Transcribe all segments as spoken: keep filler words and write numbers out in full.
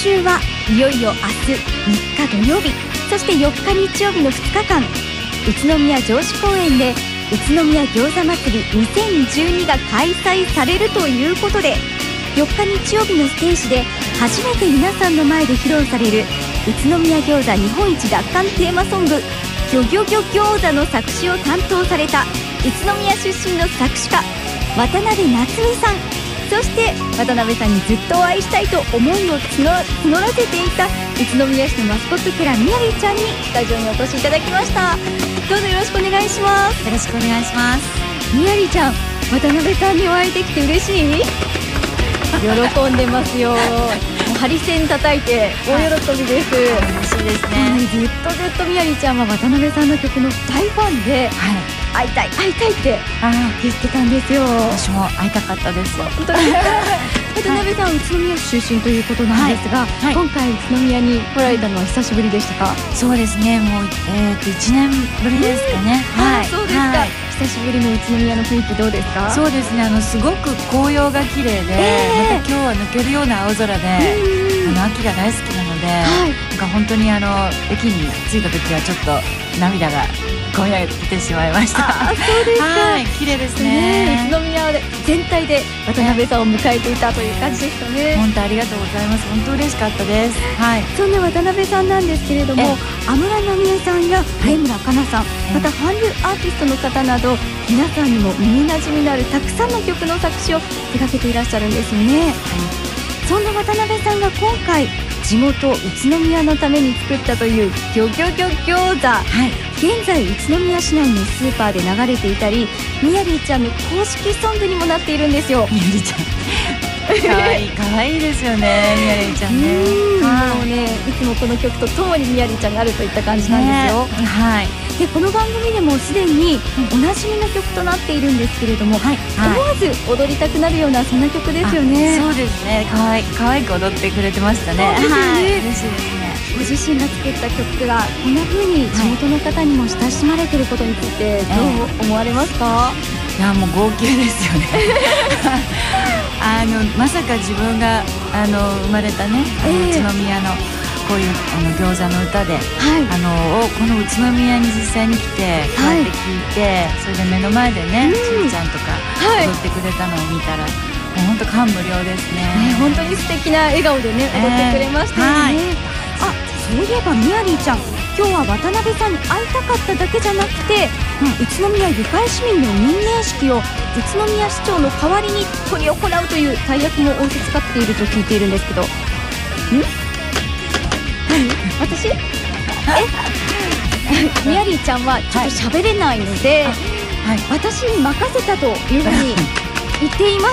週はいよいよ明日みっか土曜日、そしてよっか日曜日のふつかかん、宇都宮城址公園で宇都宮餃子祭りにせんじゅうにが開催されるということで、よっか日曜日のステージで初めて皆さんの前で披露される宇都宮餃子日本一奪還テーマソング「ギョギョギョ餃子」の作詞を担当された宇都宮出身の作詞家渡辺夏美さん、そして渡辺さんにずっとお会いしたいと思いを募募らせていた宇都宮市のマスコットキャラみやりちゃんにスタジオにお越しいただきました。どうぞよろしくお願いします。 よろしくお願いします。 みやりちゃん、渡辺さんにお会いできて嬉しい？喜んでますよ。もうハリセン叩いて大喜びです。 嬉しいですね。 ずっとずっとみやりちゃんは渡辺さんの曲の大ファンで、はい、会いたい会いたいって言ってたんですよ。 私も会いたかったです。 本当に渡辺さん、宇都宮市出身ということなんですが、はいはい、今回宇都宮に来られたのは久しぶりでしたか？ そうですね、もう、えー、といちねんぶりですかね。 はい、そうですか、はい、久しぶりの宇都宮の雰囲気どうですか？ そうですね、あのすごく紅葉が綺麗で、えー、また今日は抜けるような青空で、あの秋が大好きなので、はい、なんか本当にあの駅に着いた時はちょっと涙がこみ上げてきてしまいました。 あ、そうですか。 はい、綺麗ですね。 宇都宮全体で渡辺さんを迎えていたという感じでしたね。 本当ありがとうございます。本当嬉しかったです。はい。 そんな渡辺さんなんですけれども、安室奈美恵さんや上村かなさん、また韓流アーティストの方など皆さんにも耳なじみのあるたくさんの曲の作詞を手掛けていらっしゃるんですよね。はい、そんな渡辺さんが今回地元宇都宮のために作ったというギョギョギョ餃子、はい、現在宇都宮市内のスーパーで流れていたり、みやりちゃんの公式ソングにもなっているんですよ。 みやりちゃんかわいいかわいいですよね、みやりちゃんね。 もうね、いつもこの曲とともにみやりちゃんがあるといった感じなんですよ。 ね、はい。 でこの番組でもすでにおなじみの曲となっているんですけれども、はいはい、思わず踊りたくなるようなそんな曲ですよね。 そうですね、かわいかわいく踊ってくれてましたね。 そうですよね、はい、 嬉しいですね。 ご自身が作った曲がこんな風に地元の方にも親しまれていることについてどう思われますか？ いや、もう号泣ですよね。あのまさか自分があの生まれたね、あの宇都宮のこういうあの餃子の歌で、はい、あのこの宇都宮に実際に来てこうやって聞いて、はい、それで目の前でね、しんちゃんとか踊ってくれたのを見たら、はい、もう本当感無量ですね。 ね、本当に素敵な笑顔でね、踊ってくれましたよね。はい、あ、そういえばみやりちゃん、今日は渡辺さんに会いたかっただけじゃなくて、うん、宇都宮ゆかい市民の任命式を宇都宮市長の代わりに執り行うという大役も仰せつかっていると聞いているんですけど、ん？何？私？え？みやりちゃんはちょっと喋れないので、はい、私に任せたというふうに言っています。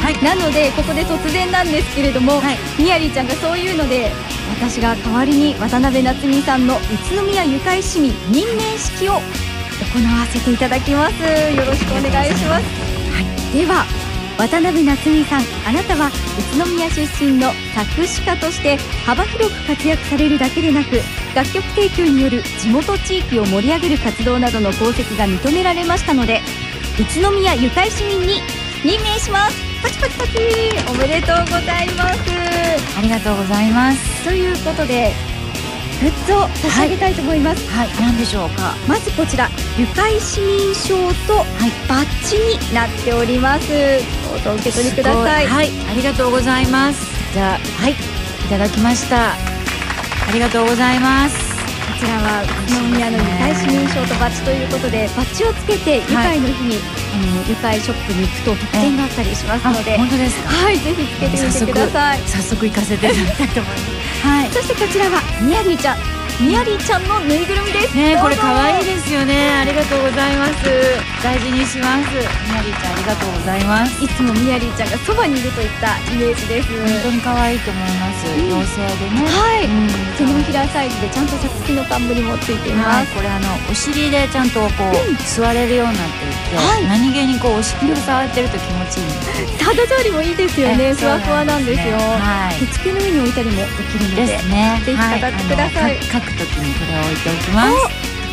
はい、なのでここで突然なんですけれども、はい、みやりちゃんがそういうので、私が代わりに渡辺夏美さんの宇都宮ゆかい市民任命式を行わせていただきます。よろしくお願いします。はい、では渡辺夏美さん、あなたは宇都宮出身の作詞家として幅広く活躍されるだけでなく、楽曲提供による地元地域を盛り上げる活動などの功績が認められましたので、宇都宮ゆかい市民に任命します。パチパチパチ、おめでとうございます。 ありがとうございます。 ということでグッズを差し上げたいと思います。 はい、はい、何でしょうか。 まずこちらゆかい市民証とバッジになっております。どうぞお受け取りください。 はい、ありがとうございます。じゃあ、はい、いただきました。ありがとうございます。 こちらは宇都宮のゆかい市民証とバッジということで、バッジをつけてゆかいの日に、はい、あのゆかいショップに行くと特典があったりしますので、 本当ですか。 はい、ぜひつけてみてください。 早速行かせていただきたいと思います。はい、 そしてこちらはみやりちゃん、みやりちゃんのぬいぐるみです。 ね、これ可愛いですよね。ありがとうございます。大事にします。みやりちゃん、ありがとうございます。 いつもみやりちゃんがそばにいるといったイメージです。 本当に可愛いと思います。妖精でね。 はい。手のひらサイズでちゃんとさつきの冠もついています。 これあのお尻でちゃんとこう座れるようになっていて、何気にこうお尻を触ってると気持ちいい。 肌触りもいいですよね。ふわふわなんですよ。手付けの上に置いたりもできるので、ぜひ飾ってください。 書くときにこれを置いておきます。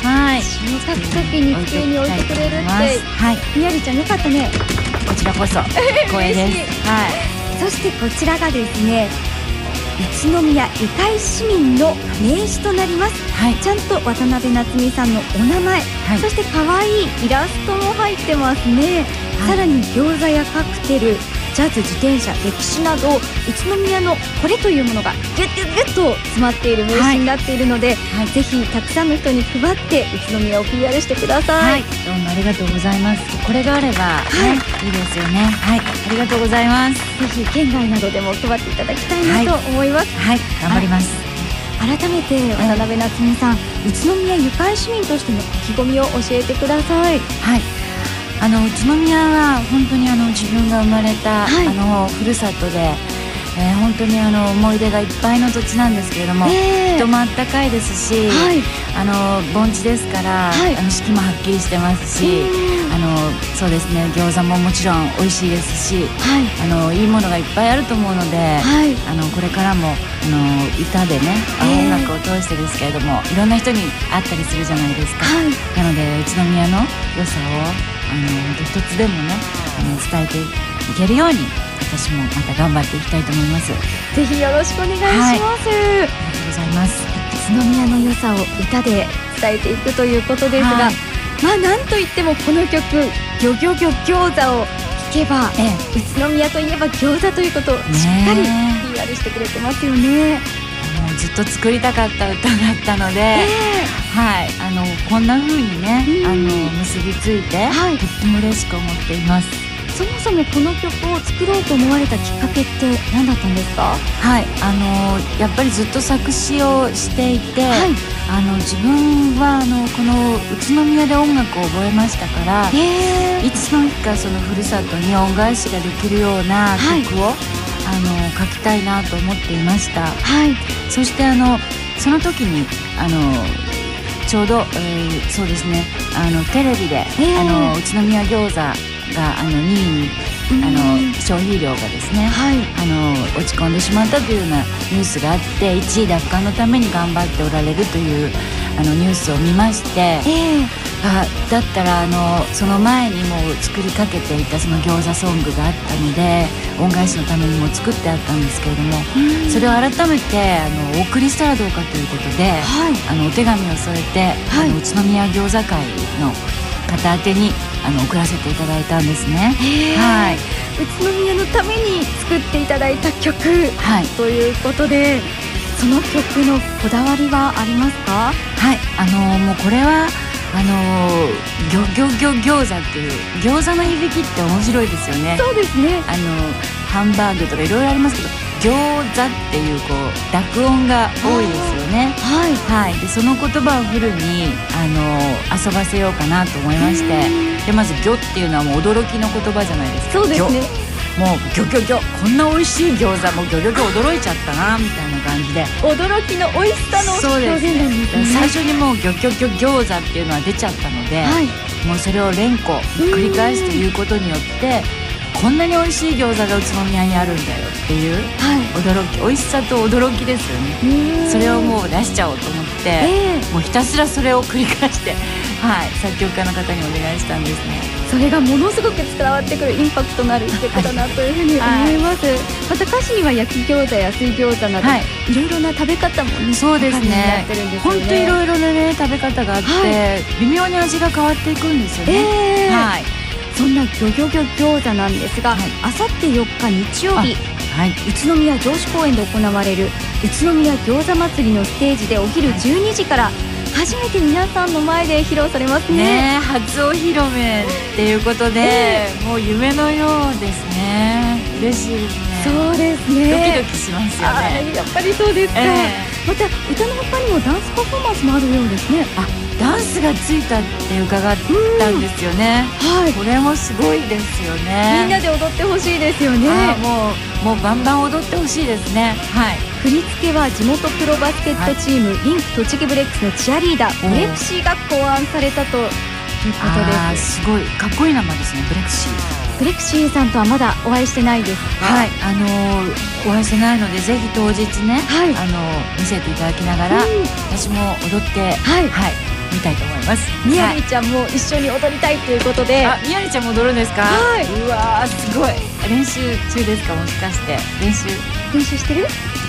はい。 詩を書くときに机に置いてくれるって、はい。みやりちゃんよかったね。 こちらこそ光栄です。はい。 そしてこちらがですね、 宇都宮ゆかい市民の名刺となります、はい、ちゃんと渡辺夏美さんのお名前、はい、そして可愛いイラストも入ってますね、はい、さらに餃子やカクテル、ジャズ、自転車、歴史など宇都宮のこれというものがギュッギュッギュッと詰まっている名刺になっているので、はい、ぜひたくさんの人に配って宇都宮を ピーアール してください、はい、 どうもありがとうございます。これがあれば、ね、はい、いいですよね。はい、ありがとうございます。 ぜひ県外などでも配っていただきたいなと思います。 はい、はい、頑張ります。 改めて渡辺夏美さん、宇都宮ゆかい市民としての意気込みを教えてください。 はい、あの宇都宮は本当にあの自分が生まれた、はい、あのふるさとで、えー、本当にあの思い出がいっぱいの土地なんですけれども、えー、人もあったかいですし、はい、あの盆地ですから、はい、あの四季もはっきりしてますし、あのそうですね、餃子ももちろん美味しいですし、はい、あのいいものがいっぱいあると思うので、はい、あのこれからもあの歌でね、えー、音楽を通してですけれどもいろんな人に会ったりするじゃないですか、はい、なので宇都宮の良さをあの一つでもねあの伝えていけるように私もまた頑張っていきたいと思います。 ぜひよろしくお願いします、はい、ありがとうございます。 宇都宮の良さを歌で伝えていくということですが、はい、まあなんといってもこの曲ギョギョギョ餃子を聴けば、ええ、宇都宮といえば餃子ということをしっかり ピーアール してくれてますよね。 もうずっと作りたかった歌だったので、えー、はい、あのこんな風にね、うん、あの結びついて、はい、とっても嬉しく思っています。 そもそもこの曲を作ろうと思われたきっかけって何だったんですか？ はい、あのやっぱりずっと作詞をしていて、はい、あの自分はあのこの宇都宮で音楽を覚えましたから、いつの日かそのふるさとに恩返しができるような曲を、はい、あの書きたいなと思っていました、はい、そしてあのその時にあのちょうど、えー、そうですね、あのテレビで、あの宇都宮餃子があのにいにあの消費量がですね、はい、あの落ち込んでしまったというようなニュースがあって、いちい奪還のために頑張っておられるというあのニュースを見まして、えー、あだったらあのその前にもう作りかけていたその餃子ソングがあったので恩返しのためにも作ってあったんですけれども、それを改めてあのお送りしたらどうかということで、はい、あのお手紙を添えて、はい、あの宇都宮餃子会の方宛てにあの送らせていただいたんですね。はい、 宇都宮のために作っていただいた曲、はい、ということで、その曲のこだわりはありますか？ はい、あのもうこれはあのギョギョギョ餃子っていう餃子の響きって面白いですよね。 そうですね。 あのハンバーグとかいろいろありますけど、餃子っていうこう濁音が多いですよね。はい、はい、でその言葉をフルにあの遊ばせようかなと思いまして、でまずギョっていうのはもう驚きの言葉じゃないですか。 そうですね。 もうギョギョギョ、こんな美味しい餃子もうギョギョギョ驚いちゃったなみたいな感じで、 驚きの美味しさの表現なんですね。 最初にもうギョギョギョ餃子っていうのは出ちゃったので、はい、もうそれを連呼繰り返すということによってこんなに美味しい餃子が宇都宮にあるんだよっていう、はい、驚き、美味しさと驚きですよね。それをもう出しちゃおうと思って、えー、もうひたすらそれを繰り返して、はい、作曲家の方にお願いしたんですね。 それがものすごく伝わってくるインパクトのある一曲だなというふうに思います、はい、また歌詞には焼き餃子や水餃子など、はい、いろいろな食べ方もね、 そうですね、本当いろいろなね食べ方があって、はい、微妙に味が変わっていくんですよね、えーはい、 そんなギョギョギョ餃子なんですが、あさってよっか日曜日、はい、宇都宮城址公園で行われる宇都宮餃子祭りのステージでお昼じゅうにじから初めて皆さんの前で披露されます ね, ね初お披露目っていうことで、えー、もう夢のようですね。嬉しいですね。 そうですね、 ドキドキしますよね。 やっぱりそうですか、えー、また歌の他にもダンスパフォーマンスもあるようですね。 あ、ダンスがついたって伺ったんですよね、はい、これもすごいですよね。 みんなで踊ってほしいですよね。 あ、もう、もうバンバン踊ってほしいですね。はい、 振り付けは地元プロバスケットチーム、はい、リンク栃木ブレックスのチアリーダーブレクシーが考案されたということです。 あ、すごいかっこいい名前ですね、ブレクシー。 ブレクシーさんとはまだお会いしてないですか？ はい、あのー、お会いしてないのでぜひ当日ね、はい、あのー、見せていただきながら、うん、私も踊って、はい、はい、見たいと思います。 みやりちゃんも一緒に踊りたいということで、 はい、あ、みやりちゃんも踊るんですか？はい、うわー、すごい。練習中ですか？もしかして練習練習してる？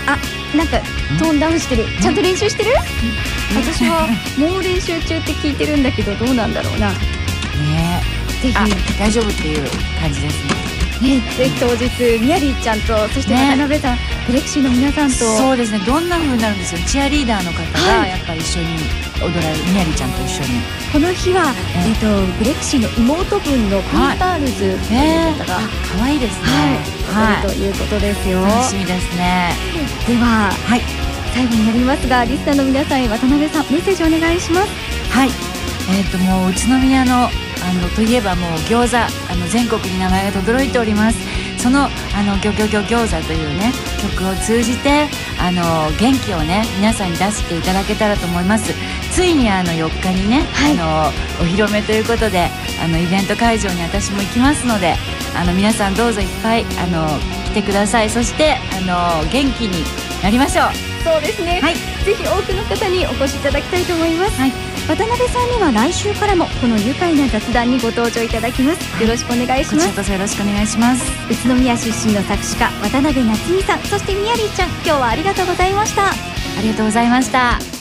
あ、なんかトーンダウンしてる。ちゃんと練習してる？私はもう練習中って聞いてるんだけど、どうなんだろうな。 ねぜひ大丈夫っていう感じですね。 ね、ぜひ当日ミヤリーちゃんと、そして渡辺さん、グレクシーの皆さんと。 そうですね、どんな風になるんですよ。チアリーダーの方がやっぱり一緒に踊られる、ミヤリーちゃんと一緒に。 この日は、えー、とグレクシーの妹分のピータールズという方が、 可愛いですね。 はい、踊るということですよ。 楽しみですね。 では、はい、最後になりますが、リスナーの皆さんへ渡辺さんメッセージお願いします。 はい、えー、ともう宇都宮のあのといえばもう餃子、あの全国に名前が轟いております。そのあのギョギョギョ餃子というね曲を通じてあの元気をね皆さんに出していただけたらと思います。ついにあのよっかにね、はい、あのお披露目ということで、あのイベント会場に私も行きますので、あの皆さんどうぞいっぱいあの来てください。そしてあの元気になりましょう。 そうですね、はい、ぜひ多くの方にお越しいただきたいと思います。はい、渡辺さんには来週からもこの愉快な雑談にご登場いただきます。はい、よろしくお願いします。 こちらこそよろしくお願いします。 宇都宮出身の作詞家渡辺夏美さん、そしてミヤリーちゃん、今日はありがとうございました。 ありがとうございました。